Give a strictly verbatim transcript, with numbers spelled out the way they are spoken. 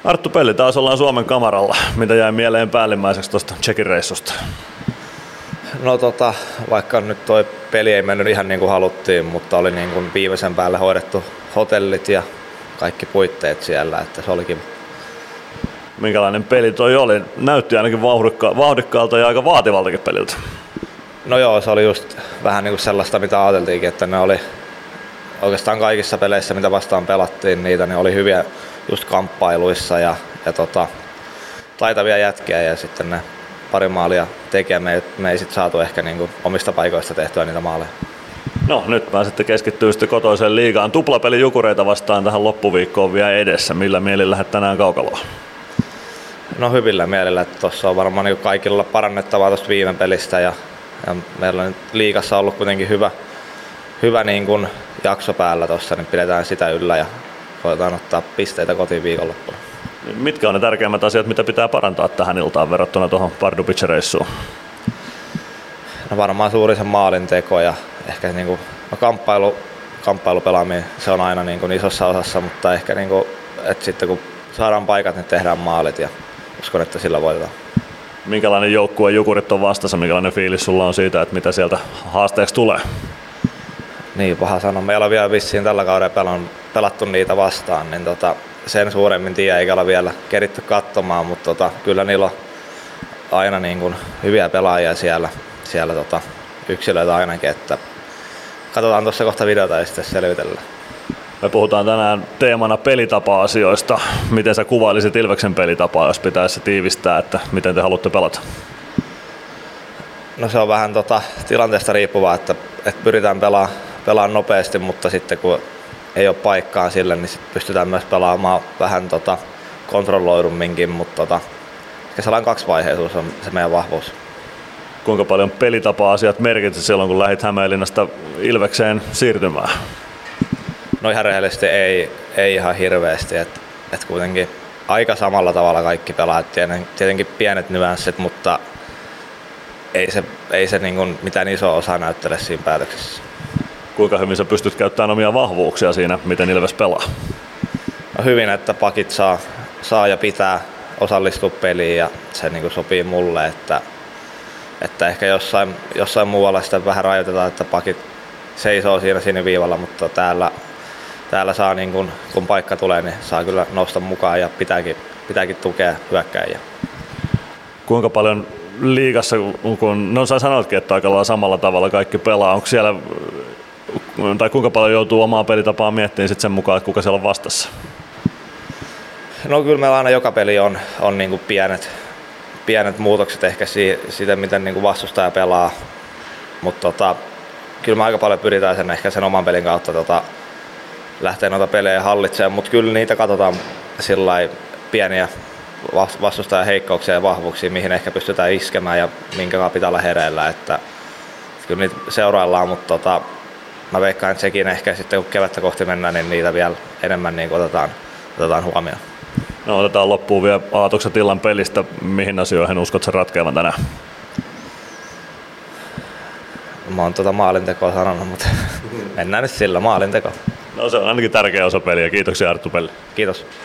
Arttu Pelli, taas ollaan Suomen kamaralla. Mitä jäi mieleen päällimmäiseksi tuosta Tšekin reissusta? No tota, vaikka nyt toi peli ei mennyt ihan niin kuin haluttiin, mutta oli niin kuin viimeisen päälle hoidettu hotellit ja kaikki puitteet siellä, että se oli kiva. Minkälainen peli toi oli? Näytti ainakin vauhdikka- vauhdikkaalta ja aika vaativaltakin peliltä. No joo, se oli just vähän niin kuin sellaista, mitä ajateltiinkin, että ne oli oikeastaan kaikissa peleissä, mitä vastaan pelattiin, niitä ne oli hyviä just kamppailuissa ja, ja tota, taitavia jätkiä ja sitten ne pari maalia tekee. Me, me ei sit saatu ehkä niin kuin omista paikoista tehtyä niitä maaleja. No nyt pääsette keskittyä sitten kotoiseen liigaan. Tuplapeli Jukureita vastaan tähän loppuviikkoon vielä edessä. Millä mielin lähdet tänään kaukaloon? No hyvillä mielillä, että tuossa on varmaan niin kaikilla parannettavaa tuosta viime pelistä ja, ja meillä on nyt liigassa ollut kuitenkin hyvä, hyvä niin kuin jakso päällä tuossa, niin pidetään sitä yllä ja koetaan ottaa pisteitä kotiin viikonloppuna. Mitkä on ne tärkeimmät asiat, mitä pitää parantaa tähän iltaan verrattuna tuohon Pardubice-reissuun? No varmaan suuri se maalinteko ja ehkä niin kuin, no kamppailu, kamppailupelaaminen, se on aina niin kuin isossa osassa, mutta ehkä niin kuin, että sitten kun saadaan paikat, niin tehdään maalit ja uskon, että sillä voitetaan. Minkälainen joukkue Jukurit on vastassa, minkälainen fiilis sulla on siitä, että mitä sieltä haasteeksi tulee? Niin, paha sanoa. Meillä on vielä vissiin tällä kaudella pelattu niitä vastaan, niin tota, sen suuremmin tiedä, eikä ole vielä keritty katsomaan, mutta tota, kyllä niillä on aina niin kuin hyviä pelaajia siellä, siellä tota, yksilöitä ainakin, että katsotaan tuossa kohta videota ja sitten selvitellään. Me puhutaan tänään teemana pelitapa-asioista. Miten sä kuvailisit Ilveksen pelitapaa, jos pitäisi tiivistää, että miten te haluatte pelata? No se on vähän tota, tilanteesta riippuvaa, että, että pyritään pelaamaan pelaa nopeasti, mutta sitten kun ei ole paikkaa sille, niin sit pystytään myös pelaamaan vähän tota, kontrolloidumminkin, mutta tota, sellainen kaksivaiheisuus on se meidän vahvuus. Kuinka paljon pelitapa-asiat merkitsivät silloin, kun lähdit Hämeenlinnasta Ilvekseen siirtymään? No ihan rehellisesti ei, ei ihan hirveästi, että et kuitenkin aika samalla tavalla kaikki pelaat, tietenkin pienet nyanssit, mutta ei se, ei se niin kuin mitään isoa osaa näyttele siinä päätöksessä. Kuinka hyvin sä pystyt käyttämään omia vahvuuksia siinä, miten Ilves pelaa? No hyvin, että pakit saa, saa ja pitää osallistua peliin ja se niin kuin sopii mulle, että, että ehkä jossain, jossain muualla sitä vähän rajoitetaan, että pakit seisoo siinä siniviivalla, mutta täällä, täällä saa, niin kun, kun paikka tulee, niin saa kyllä nousta mukaan ja pitääkin, pitääkin tukea hyökkäjiä. Kuinka paljon liigassa, kun no sä sanoitkin, että aika lailla samalla tavalla kaikki pelaa, onko siellä, tai kuinka paljon joutuu omaa pelitapaa miettimään sit sen mukaan, että kuka siellä on vastassa? No kyllä meillä aina joka peli on, on niin kuin pienet, pienet muutokset ehkä siitä, miten niin kuin vastustaja pelaa, mutta tota, kyllä me aika paljon pyritään sen ehkä sen oman pelin kautta tota, lähteä noita pelejä hallitsemaan, mutta kyllä niitä katsotaan sillai pieniä vastustajan heikkouksia ja vahvuuksia, mihin ehkä pystytään iskemään ja minkä pitää olla hereillä. Että, että kyllä niitä seuraillaan, mutta tota, mä veikkaan, että sekin ehkä sitten kun kevättä kohti mennään, niin niitä vielä enemmän niin otetaan, otetaan huomioon. No otetaan loppuun vielä ajatukset illan pelistä. Mihin asioihin uskot sen ratkeavan tänään? Mä oon tuota maalintekoa sanonut, mutta mennään nyt sillä maalinteko. No se on ainakin tärkeä osa peliä. Kiitoksia Arttu Pelli. Kiitos.